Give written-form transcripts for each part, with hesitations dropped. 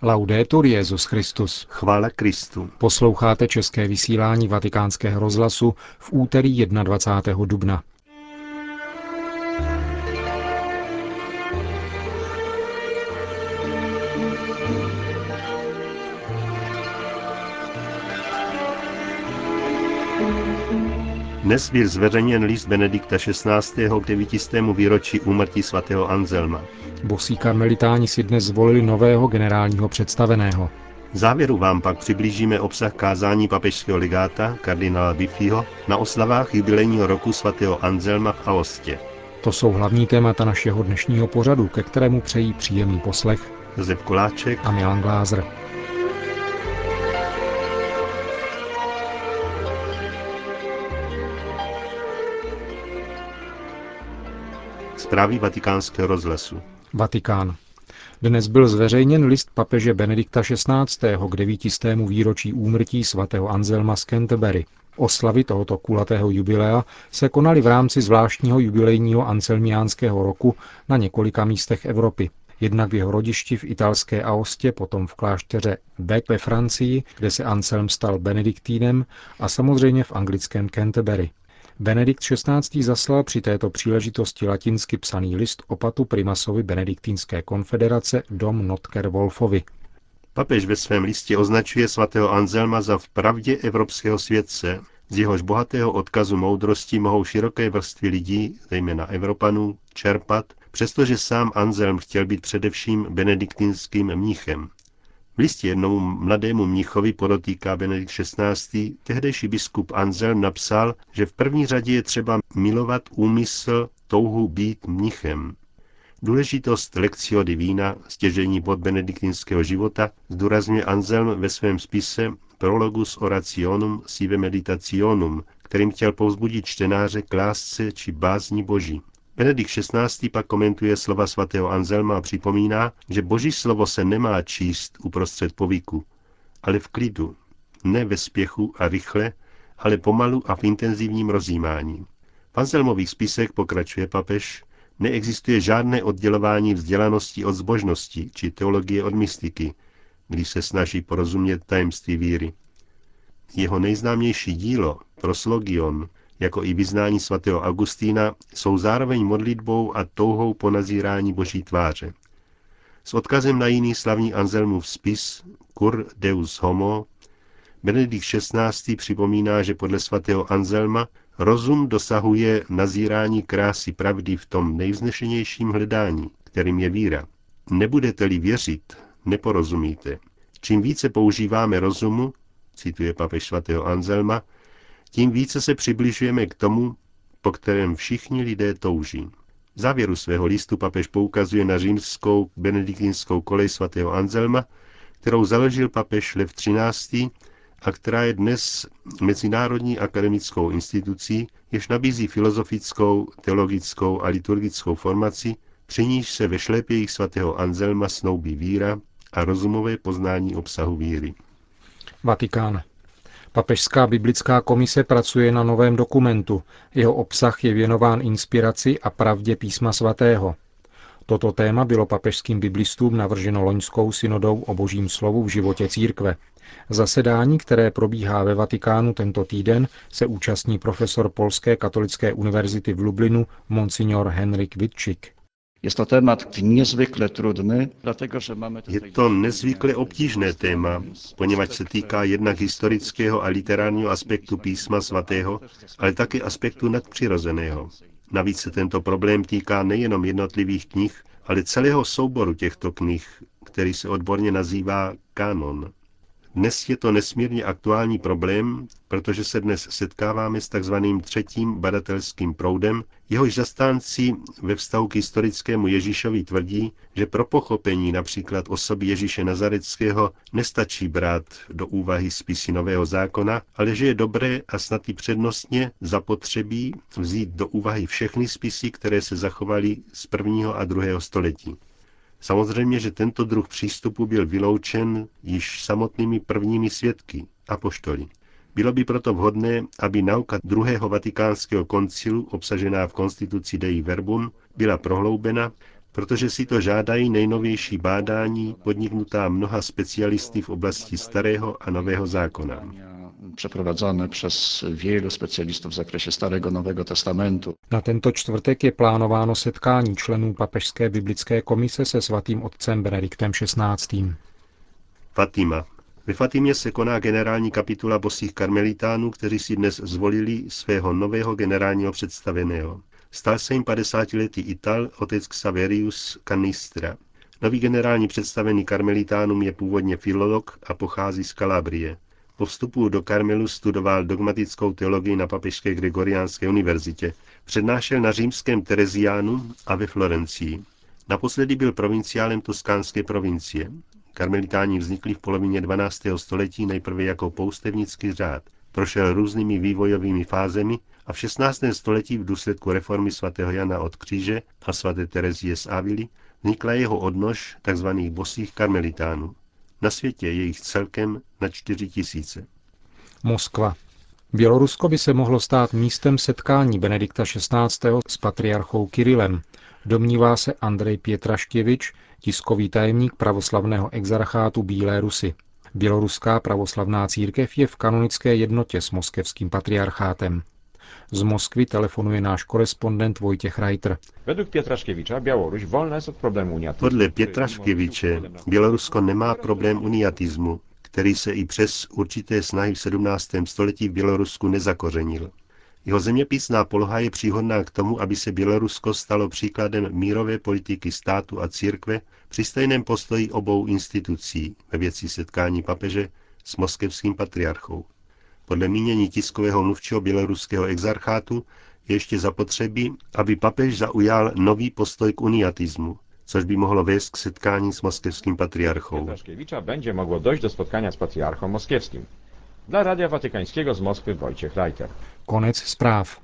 Laudetur Jesus Christus. Chvála Kristu. Posloucháte české vysílání Vatikánského rozhlasu v úterý 21. dubna. Dnes byl zveřejněn list Benedikta XVI. K 900. výročí úmrtí svatého Anselma. Bosí karmelitáni si dnes zvolili nového generálního představeného. V závěru vám pak přiblížíme obsah kázání papežského legáta kardinála Biffiho na oslavách jubilejního roku svatého Anselma v Aostě. To jsou hlavní témata našeho dnešního pořadu, ke kterému přejí příjemný poslech Josef Koláček a Milan Glázer. Zprávy Vatikánského rozhlasu. Vatikán. Dnes byl zveřejněn list papeže Benedikta XVI. K 900. výročí úmrtí svatého Anselma z Canterbury. Oslavy tohoto kulatého jubilea se konaly v rámci zvláštního jubilejního anselmiánského roku na několika místech Evropy. Jednak v jeho rodišti v italské Aostě, potom v klášteře Bec ve Francii, kde se Anselm stal benediktínem, a samozřejmě v anglickém Canterbury. Benedikt XVI. Zaslal při této příležitosti latinsky psaný list opatu primasovi benediktínské konfederace Dom Notker Wolfovi. Papež ve svém listě označuje svatého Anselma za vpravdě evropského světce, z jehož bohatého odkazu moudrosti mohou široké vrstvy lidí, zejména Evropanů, čerpat, přestože sám Anselm chtěl být především benediktínským mnichem. V listě jednomu mladému mnichovi, podotýká Benedikt XVI., tehdejší biskup Anselm napsal, že v první řadě je třeba milovat úmysl, touhu být mnichem. Důležitost Lectio Divina, stěžejní bod benediktínského života, zdůrazňuje Anselm ve svém spise Prologus Orationum sive Meditationum, kterým chtěl povzbudit čtenáře k lásce či bázni Boží. Benedikt XVI. Pak komentuje slova svatého Anselma a připomíná, že Boží slovo se nemá číst uprostřed povyku, ale v klidu, ne ve spěchu a rychle, ale pomalu a v intenzivním rozjímání. V Anselmových spisech, pokračuje papež, neexistuje žádné oddělování vzdělanosti od zbožnosti či teologie od mystiky, když se snaží porozumět tajemství víry. Jeho nejznámější dílo, Proslogion, jako i vyznání svatého Augustína, jsou zároveň modlitbou a touhou po nazírání Boží tváře. S odkazem na jiný slavný Anselmův spis Cur Deus Homo Benedikt XVI. Připomíná, že podle svatého Anselma rozum dosahuje nazírání krásy pravdy v tom nejvznešenějším hledání, kterým je víra. Nebudete-li věřit, neporozumíte. Čím více používáme rozumu, cituje papež svatého Anselma, tím více se přibližujeme k tomu, po kterém všichni lidé touží. V závěru svého listu papež poukazuje na římskou benediktínskou kolej svatého Anselma, kterou založil papež Lev XIII. A která je dnes mezinárodní akademickou institucí, jež nabízí filozofickou, teologickou a liturgickou formaci, při níž se ve šlépějích svatého Anselma snoubí víra a rozumové poznání obsahu víry. Vatikán. Papežská biblická komise pracuje na novém dokumentu. Jeho obsah je věnován inspiraci a pravdě písma svatého. Toto téma bylo papežským biblistům navrženo loňskou synodou o Božím slovu v životě církve. Zasedání, které probíhá ve Vatikánu tento týden, se účastní profesor Polské katolické univerzity v Lublinu Monsignor Henryk Witczyk. Je to nezvykle obtížné téma, poněvadž se týká jednak historického a literárního aspektu písma svatého, ale také aspektu nadpřirozeného. Navíc se tento problém týká nejenom jednotlivých knih, ale celého souboru těchto knih, který se odborně nazývá kanon. Dnes je to nesmírně aktuální problém, protože se dnes setkáváme s takzvaným třetím badatelským proudem, jehož zastánci ve vztahu k historickému Ježíšovi tvrdí, že pro pochopení například osoby Ježíše Nazareckého nestačí brát do úvahy spisy Nového zákona, ale že je dobré a snad i přednostně zapotřebí vzít do úvahy všechny spisy, které se zachovaly z 1. a 2. století. Samozřejmě, že tento druh přístupu byl vyloučen již samotnými prvními svědky, apoštoly. Bylo by proto vhodné, aby nauka druhého vatikánského koncilu, obsažená v konstituci Dei Verbum, byla prohloubena protože si to žádají nejnovější bádání podniknutá mnoha specialisty v oblasti Starého a Nového zákona. Przeprowadzone przez wielu specjalistów w zakresie Starego Nowego Testamentu. Na tento čtvrtek je plánováno setkání členů Papežské biblické komise se svatým otcem Benediktem XVI. Fatima. Ve Fatimě se koná generální kapitula bosých karmelitánů, kteří si dnes zvolili svého nového generálního představeného. Stal se jim 50letý Ital, otec Xaverius Canistra. Nový generální představený karmelitánům je původně filolog a pochází z Kalabrie. Po vstupu do Karmelu studoval dogmatickou teologii na Papežské Gregoriánské univerzitě. Přednášel na římském Tereziánu a ve Florencii. Naposledy byl provinciálem Toskánské provincie. Karmelitáni vznikli v polovině 12. století nejprve jako poustevnický řád. Prošel různými vývojovými fázemi a v 16. století v důsledku reformy svatého Jana od Kříže a svaté Terezie z Avily vznikla jeho odnož tzv. Bosých karmelitánů. Na světě je jich celkem na 4 000. Moskva. Bělorusko by se mohlo stát místem setkání Benedikta XVI. S patriarchou Kirilem, domnívá se Andrej Pětraškěvič, tiskový tajemník pravoslavného exarchátu Bílé Rusy. Běloruská pravoslavná církev je v kanonické jednotě s moskevským patriarchátem. Z Moskvy telefonuje náš korespondent Vojtěch Reiter. Podle Pětraškěviče Bělorusko nemá problém uniatismu, který se i přes určité snahy v 17. století v Bělorusku nezakořenil. Jeho zeměpisná poloha je příhodná k tomu, aby se Bělorusko stalo příkladem mírové politiky státu a církve při stejném postoji obou institucí ve věci setkání papeže s moskevským patriarchou. Podle mínění tiskového mluvčího běloruského exarchátu je ještě zapotřebí, aby papež zaujal nový postoj k uniatismu, což by mohlo vést k setkání s moskevským patriarchou. Będzie mogło dojść do spotkania z patriarchą moskiewskim. Dla Radia Watykańskiego z Moskwy Wojciech Reiter. Konec zpráv.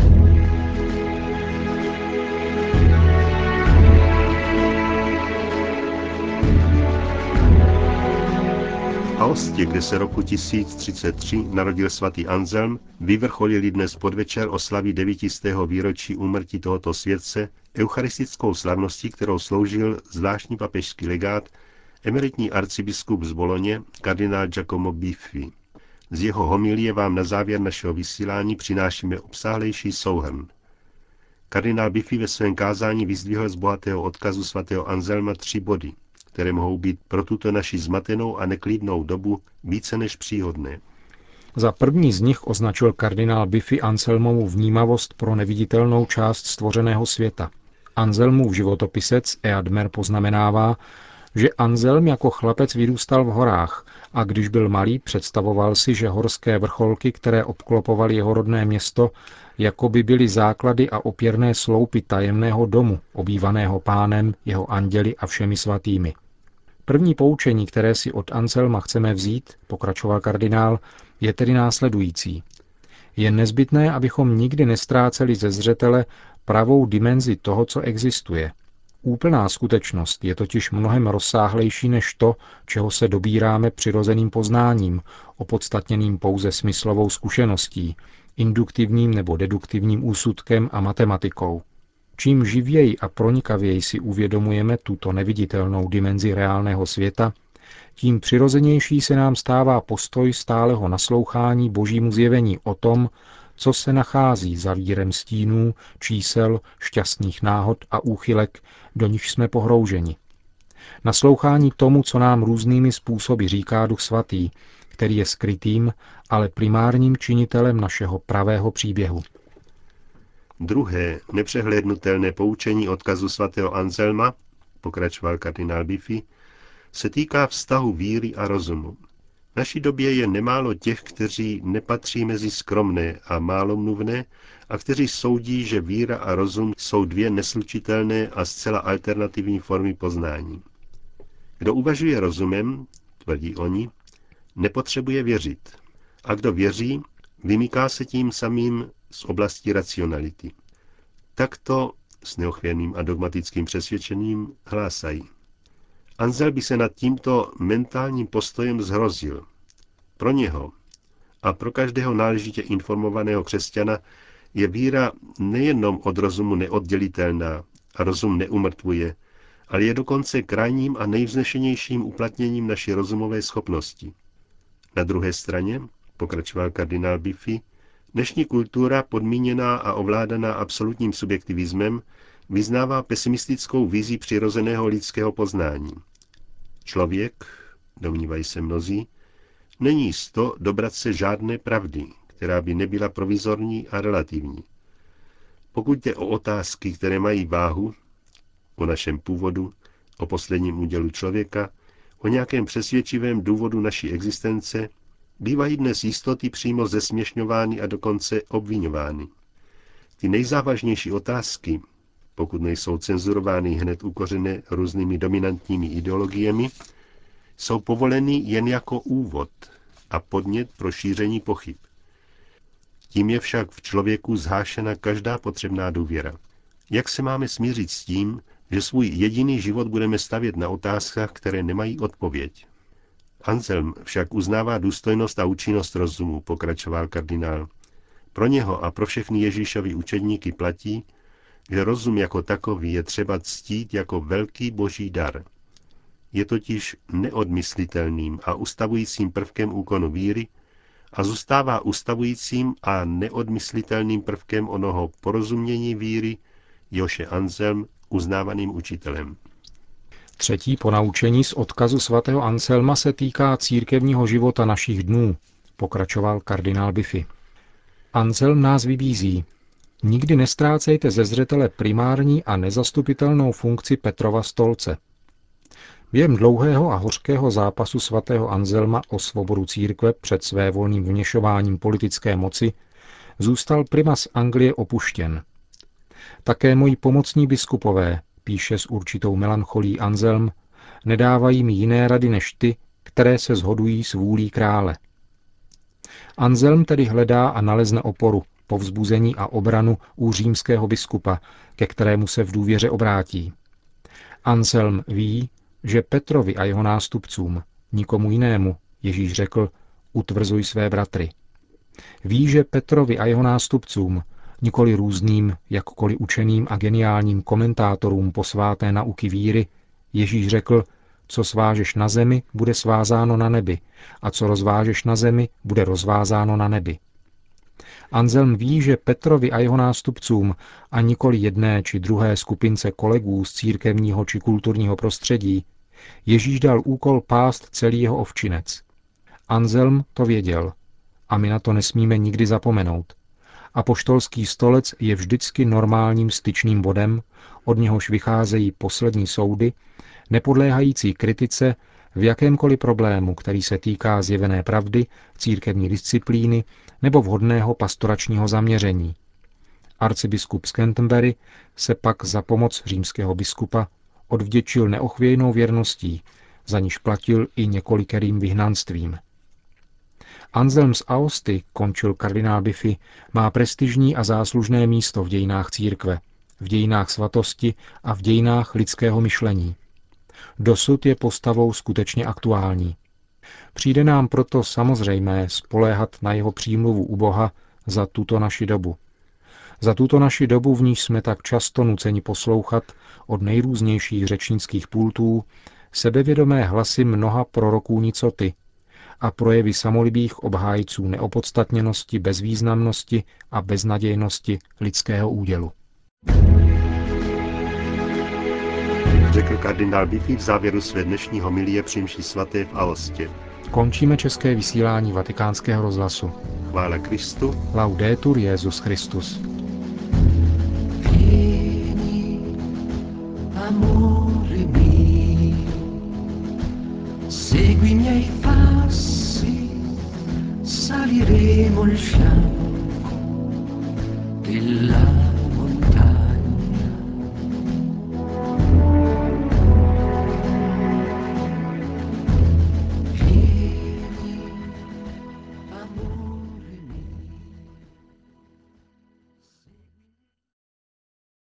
V Aostě, kde se roku 1033 narodil svatý Anselm, vyvrcholili dnes podvečer oslavy 900. výročí úmrtí tohoto světce eucharistickou slavností, kterou sloužil zvláštní papežský legát, emeritní arcibiskup z Boloně, kardinál Giacomo Biffi. Z jeho homilie vám na závěr našeho vysílání přinášíme obsáhlejší souhrn. Kardinál Biffi ve svém kázání vyzdvihl z bohatého odkazu svatého Anselma 3 body, které mohou být pro tuto naši zmatenou a neklidnou dobu více než příhodné. Za první z nich označil kardinál Biffi Anselmovu vnímavost pro neviditelnou část stvořeného světa. Anselmův životopisec Eadmer poznamenává, že Anselm jako chlapec vyrůstal v horách a když byl malý, představoval si, že horské vrcholky, které obklopovaly jeho rodné město, jako by byly základy a opěrné sloupy tajemného domu, obývaného Pánem, jeho anděli a všemi svatými. První poučení, které si od Anselma chceme vzít, pokračoval kardinál, je tedy následující. Je nezbytné, abychom nikdy nestráceli ze zřetele pravou dimenzi toho, co existuje. Úplná skutečnost je totiž mnohem rozsáhlejší než to, čeho se dobíráme přirozeným poznáním, opodstatněným pouze smyslovou zkušeností, induktivním nebo deduktivním úsudkem a matematikou. Čím živěji a pronikavěji si uvědomujeme tuto neviditelnou dimenzi reálného světa, tím přirozenější se nám stává postoj stálého naslouchání božímu zjevení o tom, co se nachází za vírem stínů, čísel, šťastných náhod a úchylek, do nichž jsme pohrouženi. Naslouchání tomu, co nám různými způsoby říká Duch Svatý, který je skrytým, ale primárním činitelem našeho pravého příběhu. Druhé nepřehlédnutelné poučení odkazu svatého Anselma, pokračoval kardinál Biffi, se týká vztahu víry a rozumu. V naší době je nemálo těch, kteří nepatří mezi skromné a málomluvné a kteří soudí, že víra a rozum jsou 2 neslučitelné a zcela alternativní formy poznání. Kdo uvažuje rozumem, tvrdí oni, nepotřebuje věřit. A kdo věří, vymyká se tím samým z oblasti racionality. Takto s neochvěrným a dogmatickým přesvědčením hlásají. Anselm by se nad tímto mentálním postojem zhrozil. Pro něho a pro každého náležitě informovaného křesťana je víra nejenom od rozumu neoddělitelná a rozum neumrtvuje, ale je dokonce krajním a nejvznešenějším uplatněním naší rozumové schopnosti. Na druhé straně, pokračoval kardinál Biffy, dnešní kultura, podmíněná a ovládaná absolutním subjektivismem, vyznává pesimistickou vizi přirozeného lidského poznání. Člověk, domnívají se mnozí, není jisto dobrat se žádné pravdy, která by nebyla provizorní a relativní. Pokud jde o otázky, které mají váhu, o našem původu, o posledním údělu člověka, o nějakém přesvědčivém důvodu naší existence, bývají dnes jistoty přímo zesměšňovány a dokonce obviňovány. Ty nejzávažnější otázky, pokud nejsou cenzurovány hned ukořené různými dominantními ideologiemi, jsou povoleny jen jako úvod a podnět pro šíření pochyb. Tím je však v člověku zhášena každá potřebná důvěra. Jak se máme smířit s tím, že svůj jediný život budeme stavět na otázkách, které nemají odpověď? Anselm však uznává důstojnost a účinnost rozumu, pokračoval kardinál. Pro něho a pro všechny Ježíšovy učedníky platí, že rozum jako takový je třeba ctít jako velký boží dar. Je totiž neodmyslitelným a ustavujícím prvkem úkonu víry a zůstává ustavujícím a neodmyslitelným prvkem onoho porozumění víry, jehož je Anselm uznávaným učitelem. Třetí ponaučení z odkazu svatého Anselma se týká církevního života našich dnů, pokračoval kardinál Biffy. Anselm nás vybízí. Nikdy nestrácejte ze zřetele primární a nezastupitelnou funkci Petrova stolce. Během dlouhého a hořkého zápasu svatého Anselma o svobodu církve před svévolným vměšováním politické moci zůstal primas Anglie opuštěn. Také moji pomocní biskupové, píše s určitou melancholí Anselm, nedávají mi jiné rady než ty, které se shodují s vůlí krále. Anselm tedy hledá a nalezne oporu, povzbuzení a obranu u římského biskupa, ke kterému se v důvěře obrátí. Anselm ví, že Petrovi a jeho nástupcům, nikomu jinému, Ježíš řekl, utvrzuj své bratry. Ví, že Petrovi a jeho nástupcům, nikoli různým, jakkoliv učeným a geniálním komentátorům posváté nauky víry, Ježíš řekl, co svážeš na zemi, bude svázáno na nebi, a co rozvážeš na zemi, bude rozvázáno na nebi. Anselm ví, že Petrovi a jeho nástupcům a nikoli jedné či druhé skupince kolegů z církevního či kulturního prostředí Ježíš dal úkol pást celý jeho ovčinec. Anselm to věděl a my na to nesmíme nikdy zapomenout. Apoštolský stolec je vždycky normálním styčným bodem, od něhož vycházejí poslední soudy, nepodléhající kritice v jakémkoliv problému, který se týká zjevené pravdy, církevní disciplíny nebo vhodného pastoračního zaměření. Arcibiskup z Canterbury se pak za pomoc římského biskupa odvděčil neochvějnou věrností, za níž platil i několikerým vyhnanstvím. Anselm z Aosty, končil kardinál Biffy, má prestižní a záslužné místo v dějinách církve, v dějinách svatosti a v dějinách lidského myšlení. Dosud je postavou skutečně aktuální. Přijde nám proto samozřejmé spoléhat na jeho přímluvu u Boha za tuto naši dobu. Za tuto naši dobu, v níž jsme tak často nuceni poslouchat od nejrůznějších řečnických pultů sebevědomé hlasy mnoha proroků nicoty a projevy samolibých obhájců neopodstatněnosti, bezvýznamnosti a beznadějnosti lidského údělu. Řekl kardinál Biffy v závěru své dnešní homilie při mši svaté v Aostě. Končíme české vysílání Vatikánského rozhlasu. Chvála Kristu. Laudetur Jesus Christus. Amore mio, segui i miei passi, saliremo il fianco della